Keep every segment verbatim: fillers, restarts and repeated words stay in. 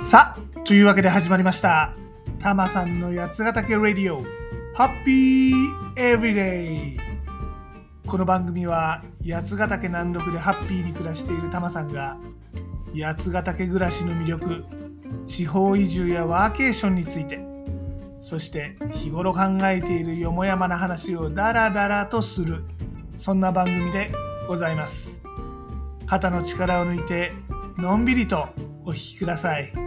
さあ、というわけで始まりましたタマさんの八ヶ岳ラディオハッピーエブリデイ。この番組は八ヶ岳南麓でハッピーに暮らしているタマさんが八ヶ岳暮らしの魅力、地方移住やワーケーションについて、そして日頃考えているよもやまな話をダラダラとする、そんな番組でございます。肩の力を抜いてのんびりとお聞きください。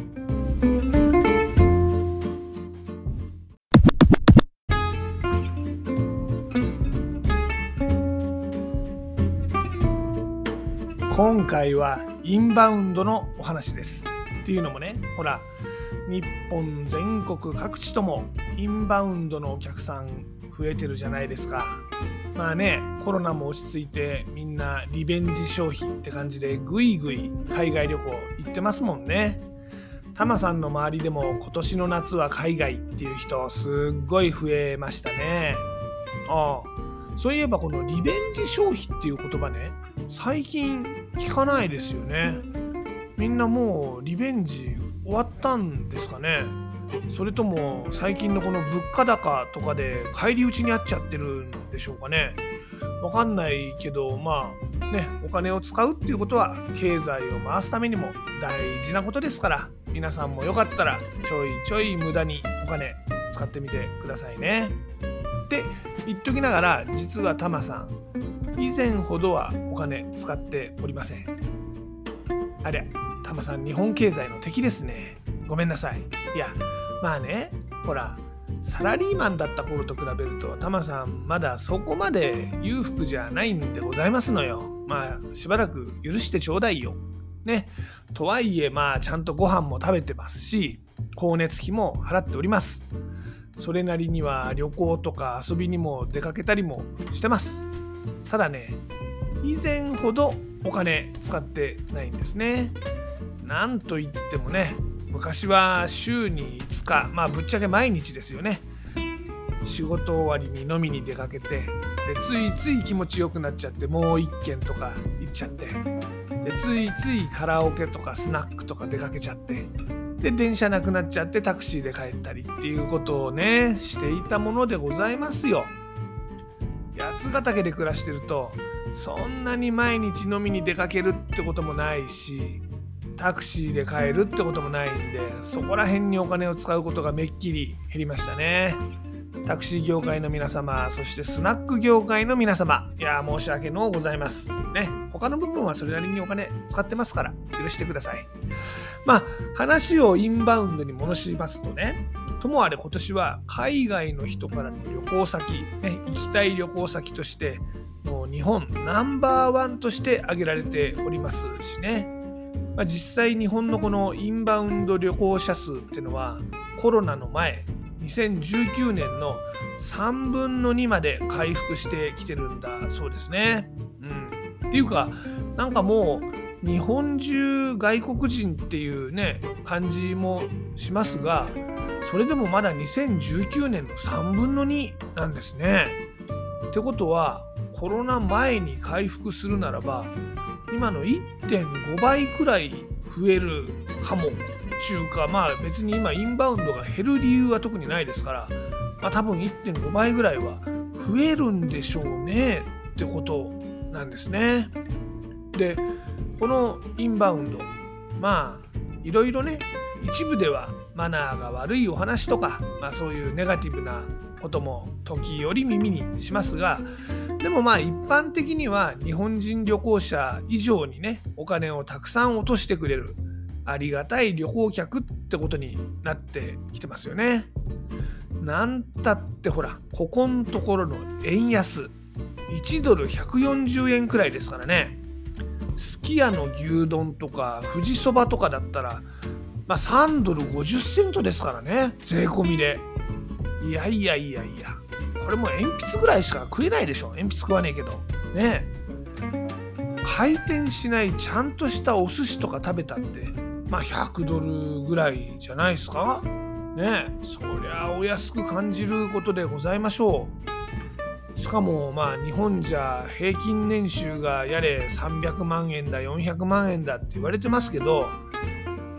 今回はインバウンドのお話です。っていうのもね、ほら、日本全国各地ともインバウンドのお客さん増えてるじゃないですか。まあね、コロナも落ち着いてみんなリベンジ消費って感じでぐいぐい海外旅行行ってますもんね。タマさんの周りでも今年の夏は海外っていう人すっごい増えましたね。ああ、そういえばこのリベンジ消費っていう言葉ね、最近聞かないですよね。みんなもうリベンジ終わったんですかね。それとも最近のこの物価高とかで返り討ちにあっちゃってるんでしょうかね。わかんないけど、まあね、お金を使うっていうことは経済を回すためにも大事なことですから、皆さんもよかったらちょいちょい無駄にお金使ってみてくださいね。って言っときながら、実はタマさん以前ほどはお金使っておりません。ありゃ、タマさん日本経済の敵ですね。ごめんなさい。いや、まあね、ほら、サラリーマンだった頃と比べるとタマさんまだそこまで裕福じゃないんでございますのよ。まあしばらく許してちょうだいよ。ね。とはいえ、まあちゃんとご飯も食べてますし、光熱費も払っております。それなりには旅行とか遊びにも出かけたりもしてます。ただね、以前ほどお金使ってないんですね。なんといってもね、昔は週にいつか、まあぶっちゃけ毎日ですよね。仕事終わりに飲みに出かけて、でついつい気持ちよくなっちゃってもう一軒とか行っちゃって、でついついカラオケとかスナックとか出かけちゃって、で電車なくなっちゃってタクシーで帰ったりっていうことをねしていたものでございますよ。八ヶ岳で暮らしてるとそんなに毎日飲みに出かけるってこともないし、タクシーで帰るってこともないんで、そこら辺にお金を使うことがめっきり減りましたね。タクシー業界の皆様、そしてスナック業界の皆様、いや申し訳のございますね。他の部分はそれなりにお金使ってますから許してください。まあ話をインバウンドに戻しますとね、ともあれ今年は海外の人からの旅行先、ね、行きたい旅行先としてもう日本ナンバーワンとして挙げられておりますしね。まあ、実際日本のこのインバウンド旅行者数っていうのはコロナの前にせんじゅうきゅうねんのさんぶんのにまで回復してきてるんだそうですね。うん、っていうかなんかもう日本中外国人っていうね感じもしますが、それでもまだにせんじゅうきゅうねんのさんぶんのになんですね。ってことはコロナ前に回復するならば今の いってんごばいくらい増えるかもちゅうか、まあ別に今インバウンドが減る理由は特にないですから、まあ多分 いってんごばいぐらいは増えるんでしょうねってことなんですね。で、このインバウンド、まあいろいろね、一部ではマナーが悪いお話とか、まあそういうネガティブなことも時折耳にしますが、でもまあ一般的には日本人旅行者以上にねお金をたくさん落としてくれるありがたい旅行客ってことになってきてますよね。なんたってほら、ここんところの円安いちドルひゃくよんじゅうえんくらいですからね。すき家の牛丼とか富士そばとかだったら、まあ、さんドルごじゅっセントですからね、税込みで。いやいやいやいや、これもう鉛筆ぐらいしか食えないでしょ。鉛筆食わねえけどね。回転しないちゃんとしたお寿司とか食べたってまあひゃくドルぐらいじゃないですかね。そりゃお安く感じることでございましょう。しかもまあ日本じゃ平均年収がやれさんびゃくまんえんだよんひゃくまんえんだって言われてますけど、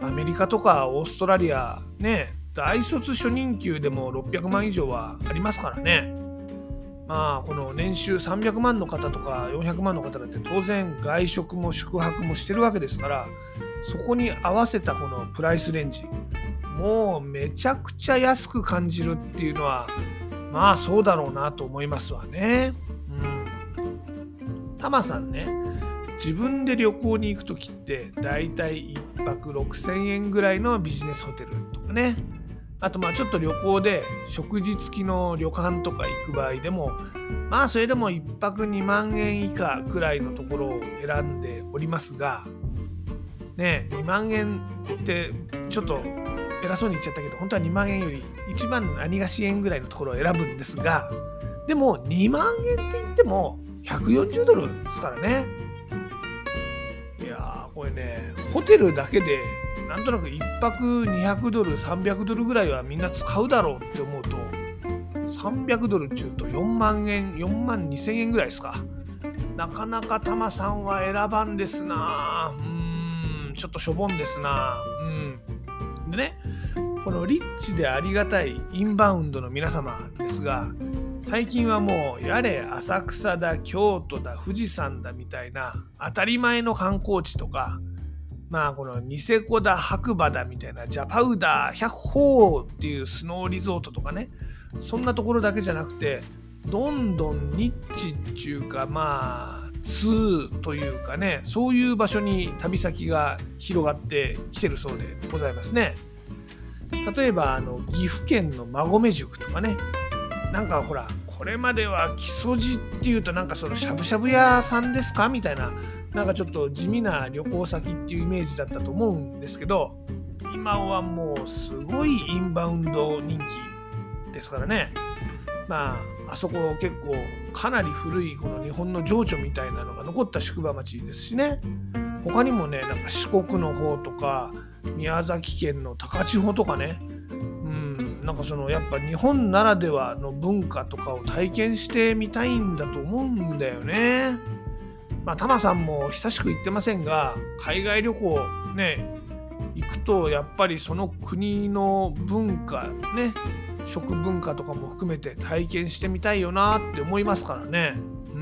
アメリカとかオーストラリアね、大卒初任給でもろっぴゃくまん以上はありますからね。まあこの年収さんびゃくまんの方とかよんひゃくまんの方だって当然外食も宿泊もしてるわけですから、そこに合わせたこのプライスレンジ、もうめちゃくちゃ安く感じるっていうのはまあそうだろうなと思いますわね。うん。タマさんね、自分で旅行に行くときってだいたいいっぱくろくせんえんぐらいのビジネスホテルとかね、あとまあちょっと旅行で食事付きの旅館とか行く場合でもまあそれでもいっぱくにまんえん以下くらいのところを選んでおりますがね、にまんえんってちょっと偉そうに言っちゃったけど、本当はにまんえんよりいちまん何がし円ぐらいのところを選ぶんですが、でもにまんえんって言ってもひゃくよんじゅうドルですからね。いやーこれね、ホテルだけでなんとなくいっぱくにひゃくドルさんびゃくドルぐらいはみんな使うだろうって思うと、さんびゃくドル中とよんまんえんよんまんにせんえんぐらいですか。なかなかタマさんは選ばんですな。うーんちょっとしょぼんですな。うんでね、このリッチでありがたいインバウンドの皆様ですが、最近はもうやれ浅草だ京都だ富士山だみたいな当たり前の観光地とか、まあこのニセコだ白馬だみたいなジャパウダーひゃっほーっていうスノーリゾートとかね、そんなところだけじゃなくてどんどんニッチっていうかまあツーというかね、そういう場所に旅先が広がってきてるそうでございますね。例えばあの岐阜県の馬込宿とかね、なんかほらこれまでは木曽路っていうとなんかそのしゃぶしゃぶ屋さんですかみたいな、なんかちょっと地味な旅行先っていうイメージだったと思うんですけど、今はもうすごいインバウンド人気ですからね。まああそこ結構かなり古いこの日本の情緒みたいなのが残った宿場町ですしね。他にもね、なんか四国の方とか宮崎県の高千穂とかね、うんなんかそのやっぱ日本ならではの文化とかを体験してみたいんだと思うんだよね。まあタマさんも久しく行ってませんが、海外旅行ね行くとやっぱりその国の文化ね、食文化とかも含めて体験してみたいよなって思いますからね。うん、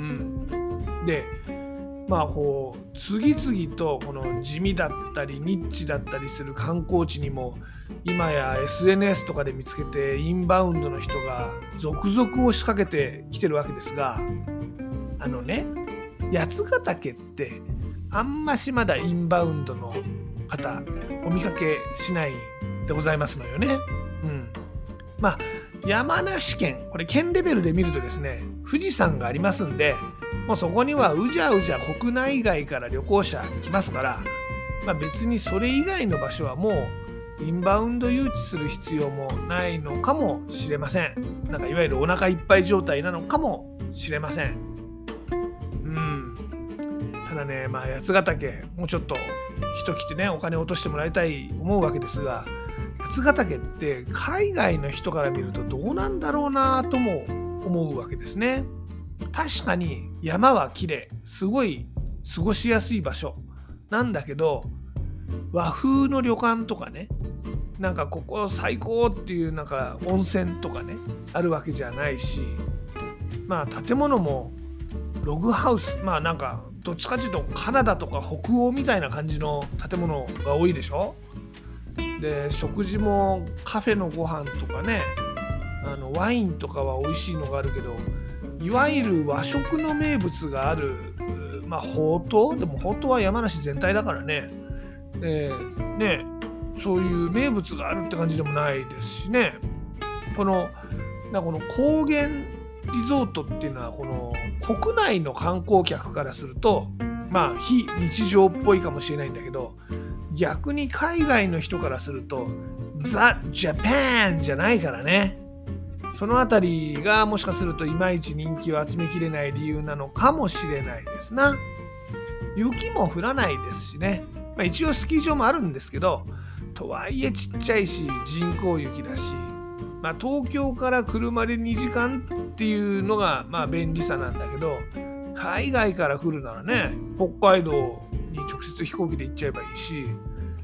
でまあこう次々とこの地味だったりニッチだったりする観光地にも今や エスエヌエス とかで見つけてインバウンドの人が続々を仕掛けてきてるわけですが、あのね、八ヶ岳ってあんましまだインバウンドの方お見かけしないでございますのよね。うん、まあ山梨県、これ県レベルで見るとですね、富士山がありますんで、もうそこにはうじゃうじゃ国内外から旅行者来ますから、まあ、別にそれ以外の場所はもうインバウンド誘致する必要もないのかもしれません。なんかいわゆるお腹いっぱい状態なのかもしれません。うん。ただね、まあ八ヶ岳もうちょっと人来てねお金落としてもらいたい思うわけですが、八ヶ岳って海外の人から見るとどうなんだろうなとも思うわけですね。確かに山は綺麗、すごい過ごしやすい場所なんだけど、和風の旅館とかね、なんかここ最高っていうなんか温泉とかねあるわけじゃないし、まあ建物もログハウス、まあなんかどっちかというとカナダとか北欧みたいな感じの建物が多いでしょ。で食事もカフェのご飯とかね、あのワインとかは美味しいのがあるけど、いわゆる和食の名物がある、まあほうとうでもほうとうは山梨全体だからね、えー、ねそういう名物があるって感じでもないですしね。このなんかこの高原リゾートっていうのはこの国内の観光客からするとまあ非日常っぽいかもしれないんだけど、逆に海外の人からするとザ・ジャパンじゃないからね。そのあたりがもしかするといまいち人気を集めきれない理由なのかもしれないですな。雪も降らないですしね、まあ、一応スキー場もあるんですけど、とはいえちっちゃいし人工雪だし、まあ、東京から車でにじかんっていうのがまあ便利さなんだけど、海外から来るならね北海道に直接飛行機で行っちゃえばいいし、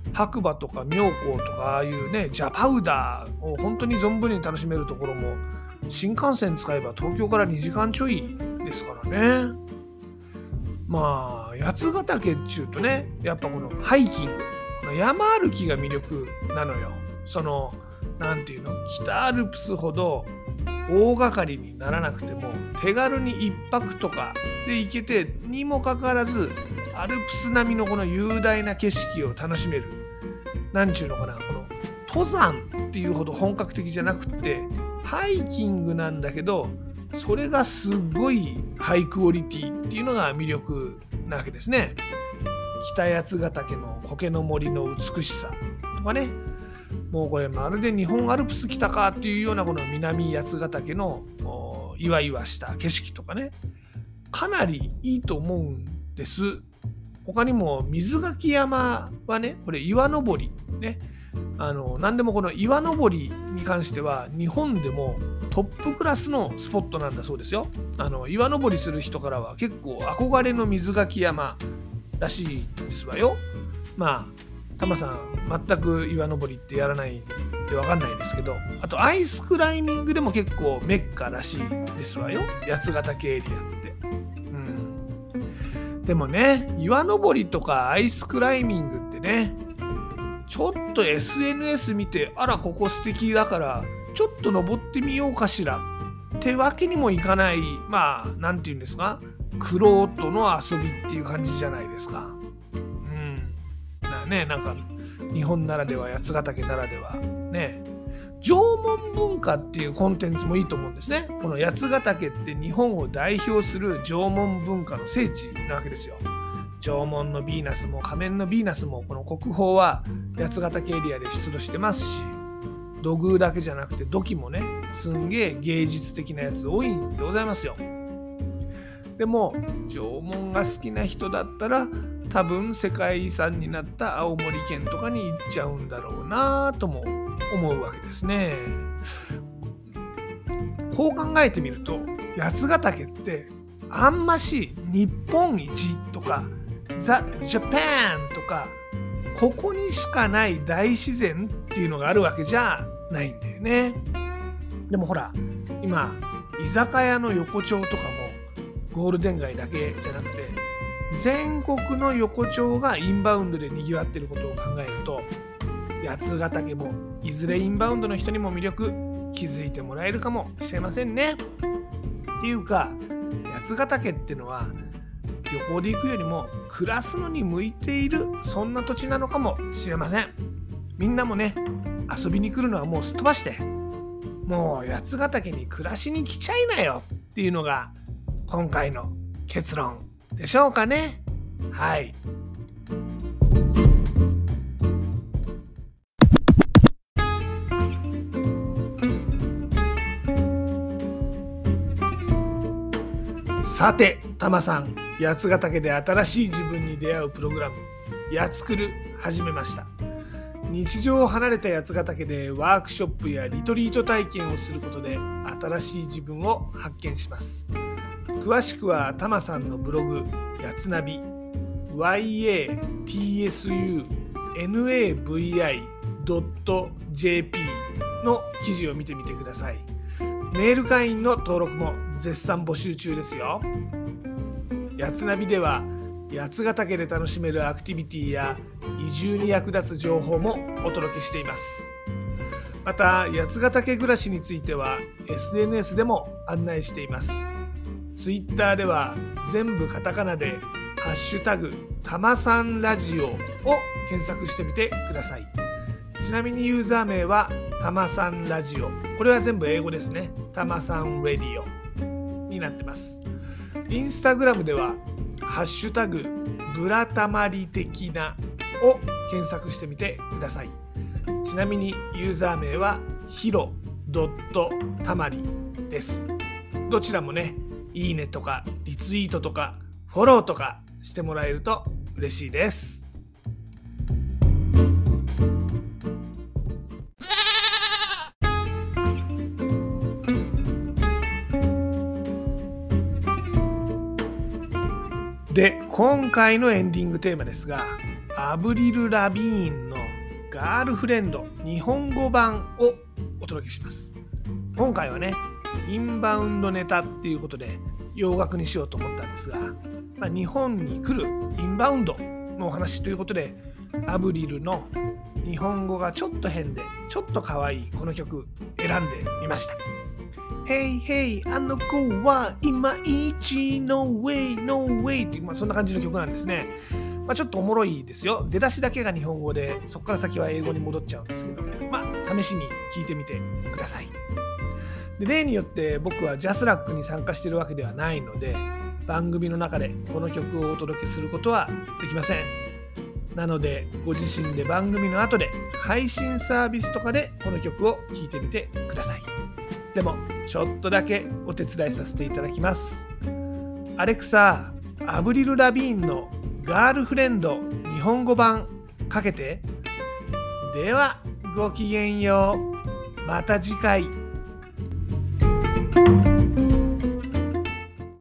白馬とか妙高とかああいうねジャパウダーを本当に存分に楽しめるところも新幹線使えば東京からにじかんちょいですからね。まあ八ヶ岳っちゅうとねやっぱこのハイキング、この山歩きが魅力なのよ。そのなんていうの、北アルプスほど大掛かりにならなくても手軽に一泊とかで行けて、にもかかわらずアルプス並みのこの雄大な景色を楽しめる。なんちゅうのかな、この登山っていうほど本格的じゃなくってハイキングなんだけど、それがすごいハイクオリティっていうのが魅力なわけですね。北八ヶ岳の苔の森の美しさとかね、もうこれまるで日本アルプス来たかっていうようなこの南八ヶ岳のいわいわした景色とかね、かなりいいと思うんです。他にも水垣山はね、これ岩登りね、あの何でもこの岩登りに関しては日本でもトップクラスのスポットなんだそうですよ。あの岩登りする人からは結構憧れの水垣山らしいですわよ。まあタマさん全く岩登りってやらないんで分かんないですけど、あとアイスクライミングでも結構メッカらしいですわよ、八ヶ岳エリアって。うんでもね、岩登りとかアイスクライミングってね、ちょっと エスエヌエス 見て、あらここ素敵だからちょっと登ってみようかしらってわけにもいかない、まあなんて言うんですか、玄人の遊びっていう感じじゃないですか。うんなね、なんか日本ならでは、八ヶ岳ならではね、縄文文化っていうコンテンツもいいと思うんですね。この八ヶ岳って日本を代表する縄文文化の聖地なわけですよ。縄文のヴィーナスも仮面のヴィーナスもこの国宝は八ヶ岳エリアで出土してますし、土偶だけじゃなくて土器もね、すんげえ芸術的なやつ多いんでございますよ。でも縄文が好きな人だったら多分世界遺産になった青森県とかに行っちゃうんだろうなとも思うわけですね。こう考えてみると八ヶ岳ってあんまし日本一とかザ・ジャパンとかここにしかない大自然っていうのがあるわけじゃないんだよね。でもほら今居酒屋の横丁とかもゴールデン街だけじゃなくて全国の横丁がインバウンドでにぎわっていることを考えると、八ヶ岳もいずれインバウンドの人にも魅力気づいてもらえるかもしれませんね。っていうか八ヶ岳ってのは旅行で行くよりも暮らすのに向いている、そんな土地なのかもしれません。みんなもね、遊びに来るのはもうすっ飛ばして、もう八ヶ岳に暮らしに来ちゃいなよっていうのが今回の結論でしょうかね。はい。さてタマさん、八ヶ岳で新しい自分に出会うプログラムやつくる始めました。日常を離れた八ヶ岳でワークショップやリトリート体験をすることで新しい自分を発見します。詳しくはタマさんのブログやつナビ ワイエーティーエスユーエヌエーブイアイドットジェーピー の記事を見てみてください。メール会員の登録も絶賛募集中ですよ。やつナビでは八ヶ岳で楽しめるアクティビティや移住に役立つ情報もお届けしています。また八ヶ岳暮らしについては エスエヌエス でも案内しています。ツイッターでは全部カタカナでハッシュタグたまさんラジオを検索してみてください。ちなみにユーザー名はたまさんラジオ、これは全部英語ですね。たまさんラディオになってます。インスタグラムではハッシュタグブラタマリ的なを検索してみてください。ちなみにユーザー名はヒロドットタマリです。どちらもね、いいねとかリツイートとかフォローとかしてもらえると嬉しいです。で、今回のエンディングテーマですが、 アブリル・ラビーンのガールフレンド日本語版をお届けします。今回はね、インバウンドネタっていうことで洋楽にしようと思ったんですが、まあ、日本に来るインバウンドのお話ということで、アブリルの日本語がちょっと変でちょっと可愛いこの曲選んでみました。Hey hey あの子はいまいち No way No way っていう、まあ、そんな感じの曲なんですね。まあ、ちょっとおもろいですよ。出だしだけが日本語でそこから先は英語に戻っちゃうんですけど、まあ試しに聴いてみてください。で、例によって僕はジャスラックに参加しているわけではないので、番組の中でこの曲をお届けすることはできません。なのでご自身で番組の後で配信サービスとかでこの曲を聴いてみてください。でもちょっとだけお手伝いさせていただきます。アレクサ、アブリル・ラビーンのガールフレンド日本語版かけて。ではごきげんよう。また次回。